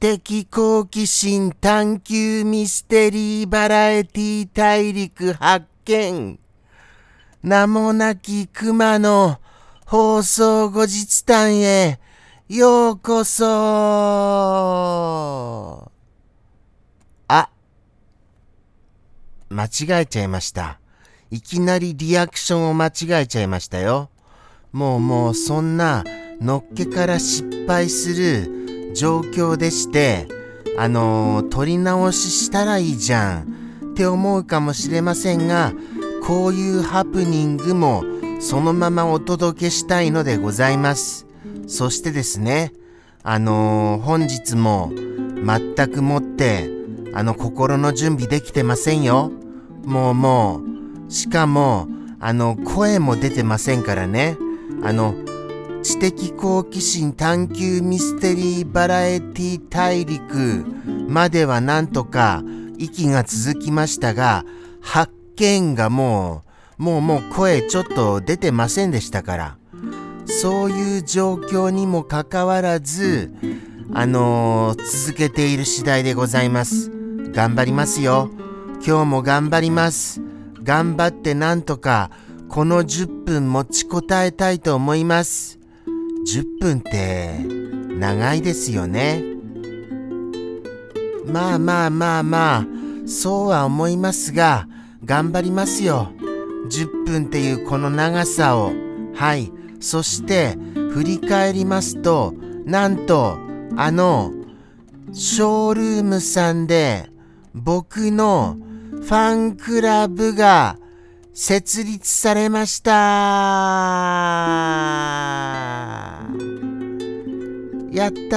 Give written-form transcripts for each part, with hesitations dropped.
的好奇心探求ミステリーバラエティ大陸発見。名もなき熊の放送後日談へようこそ。間違えちゃいました。いきなりリアクションを間違えちゃいましたよ。もうそんなのっけから失敗する状況でして、撮り直ししたらいいじゃんって思うかもしれませんが、こういうハプニングもそのままお届けしたいのでございます。そしてですね、本日も全くもって心の準備できてませんよ。もうしかも声も出てませんからね。知的好奇心探求ミステリーバラエティ大陸まではなんとか息が続きましたが、発見がもう声ちょっと出てませんでしたから、そういう状況にもかかわらず続けている次第でございます。頑張りますよ。今日も頑張ります。頑張ってなんとかこの10分持ちこたえたいと思います。10分って長いですよね。まあそうは思いますが、頑張りますよ。10分っていうこの長さを。はい。そして振り返りますと、なんとショールームさんで僕のファンクラブが設立されました。やった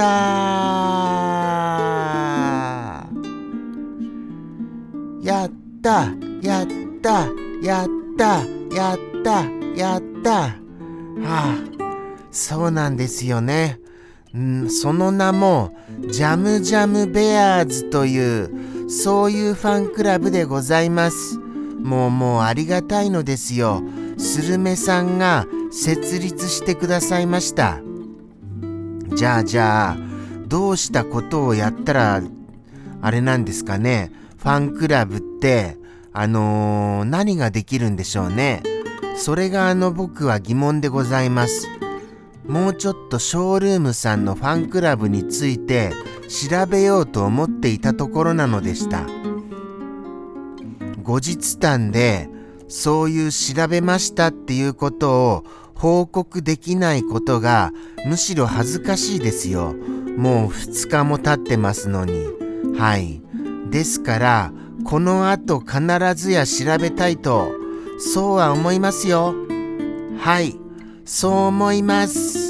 ー。やったやったやったやったやった。そうなんですよね。その名もジャムジャムベアーズというそういうファンクラブでございます。もうありがたいのですよ。スルメさんが設立してくださいました。じゃあどうしたことをやったらあれなんですかね。ファンクラブって何ができるんでしょうね。それが僕は疑問でございます。もうちょっとショールームさんのファンクラブについて調べようと思っていたところなのでした。後日談でそういう調べましたっていうことを報告できないことがむしろ恥ずかしいですよ。もう2日も経ってますのに。はい。ですからこの後必ずや調べたいとそうは思いますよ。はい。そう思います。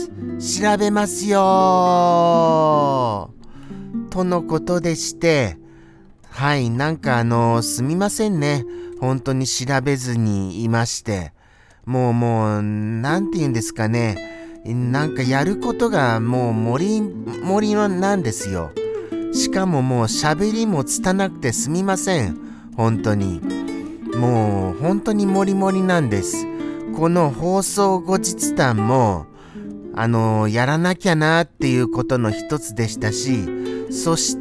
調べますよとのことでして、はい、すみませんね。本当に調べずにいまして。もう、なんて言うんですかね。やることがもうもりなんですよ。しかももう喋りもつたなくてすみません。本当に。もう本当にもりもりなんです。この放送後日談も、やらなきゃなっていうことの一つでしたし、そして、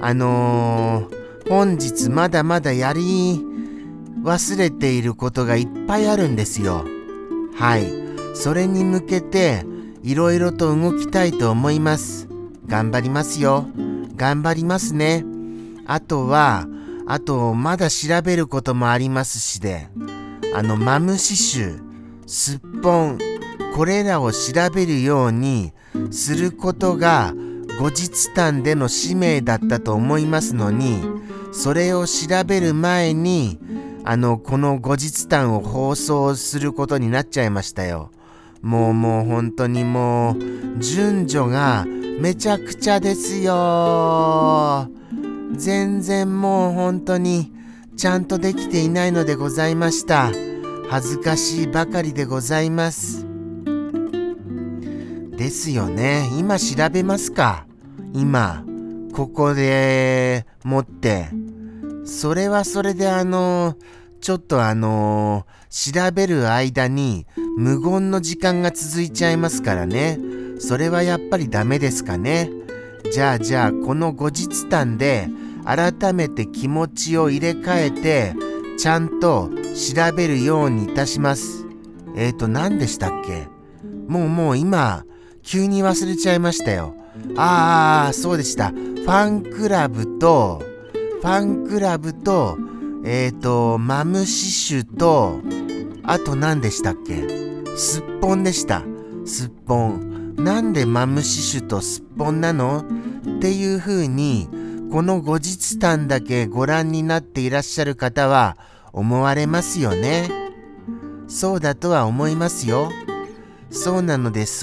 本日まだまだやり忘れていることがいっぱいあるんですよ。はい。それに向けて、いろいろと動きたいと思います。頑張りますよ。頑張りますね。あと、まだ調べることもありますしで、マムシ臭、すっぽん、これらを調べるようにすることが後日談での使命だったと思いますのに、それを調べる前にこの後日談を放送することになっちゃいましたよ。もう本当に順序がめちゃくちゃですよ。全然もう本当にちゃんとできていないのでございました。恥ずかしいばかりでございます。ですよね。今調べますか。今ここでもってそれはそれでちょっと調べる間に無言の時間が続いちゃいますからね。それはやっぱりダメですかね。 じゃあこの後日談で改めて気持ちを入れ替えてちゃんと調べるようにいたします。何でしたっけ？もう今急に忘れちゃいましたよ。そうでした。ファンクラブとマムシ種と、あと何でしたっけ？すっぽんでした。すっぽん。なんでマムシ種とすっぽんなの？っていう風に、この後日談だけご覧になっていらっしゃる方は思われますよね。そうだとは思いますよ。そうなのです。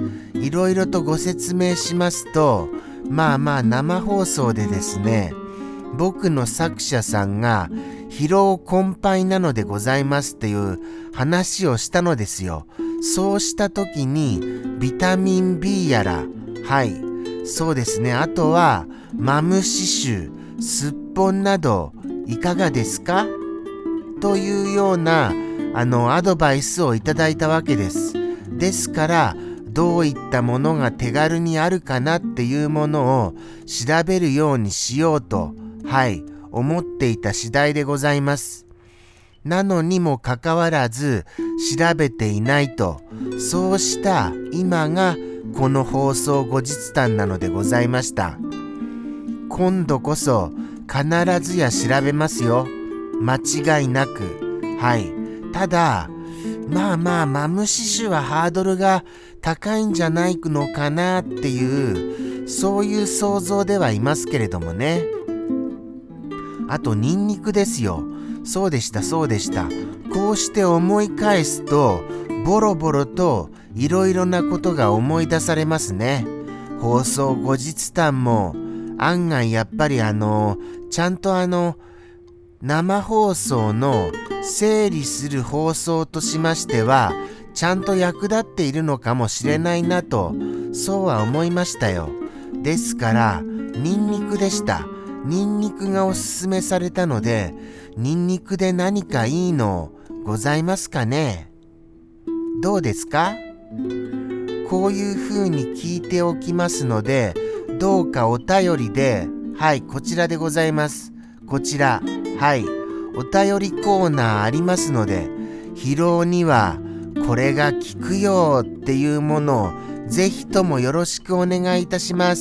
いろいろとご説明しますと、生放送でですね、僕の作者さんが疲労困憊なのでございますっていう話をしたのですよ。そうした時にビタミン B やら、そうですね、あとはマムシ種、すっぽんなどいかがですか？というようなアドバイスをいただいたわけです。ですからどういったものが手軽にあるかなっていうものを調べるようにしようと思っていた次第でございます。なのにもかかわらず調べていないと、そうした今がこの放送後日談なのでございました。今度こそ必ずや調べますよ。間違いなく。ただマムシ種はハードルが高いんじゃないのかなっていう、そういう想像ではいますけれどもね。あとニンニクですよ。そうでした。こうして思い返すとボロボロといろいろなことが思い出されますね。放送後日談も案外やっぱりちゃんと生放送の整理する放送としましてはちゃんと役立っているのかもしれないなと、そうは思いましたよ。ですからニンニクでした。ニンニクがおすすめされたので、ニンニクで何かいいのございますかね？どうですか？こういう風に聞いておきますので、どうかお便りで、こちらでございます。こちら、お便りコーナーありますので、疲労にはこれが効くよっていうものをぜひともよろしくお願いいたします。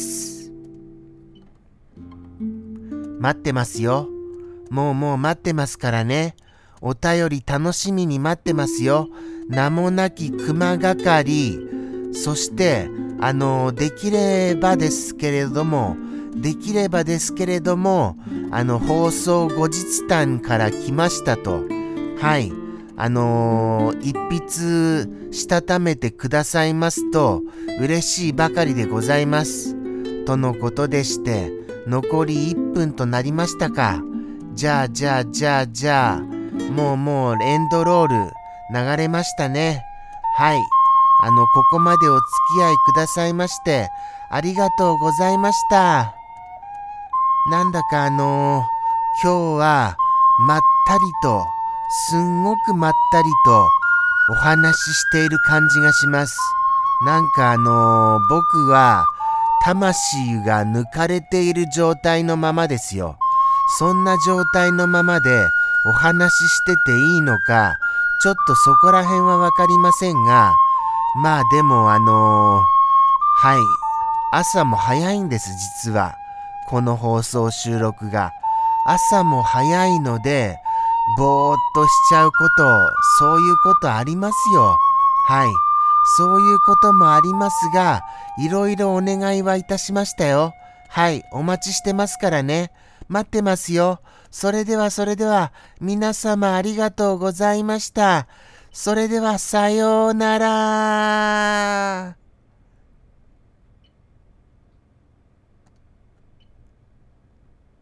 待ってますよ。もう待ってますからね。お便り楽しみに待ってますよ。名もなき熊係。そしてできればですけれども放送後日談から来ましたと、一筆したためてくださいますと嬉しいばかりでございますとのことでして、残り1分となりましたか。じゃあもうエンドロール流れましたね。ここまでお付き合いくださいましてありがとうございました。なんだか今日はまったりと、すんごくまったりとお話ししている感じがします。なんか僕は魂が抜かれている状態のままですよ。そんな状態のままでお話ししてていいのか、ちょっとそこら辺はわかりませんが、でも朝も早いんです。実はこの放送収録が朝も早いのでぼーっとしちゃうこと、そういうことありますよ。そういうこともありますが、いろいろお願いはいたしましたよ。お待ちしてますからね。待ってますよ。それでは皆様ありがとうございました。それではさようなら。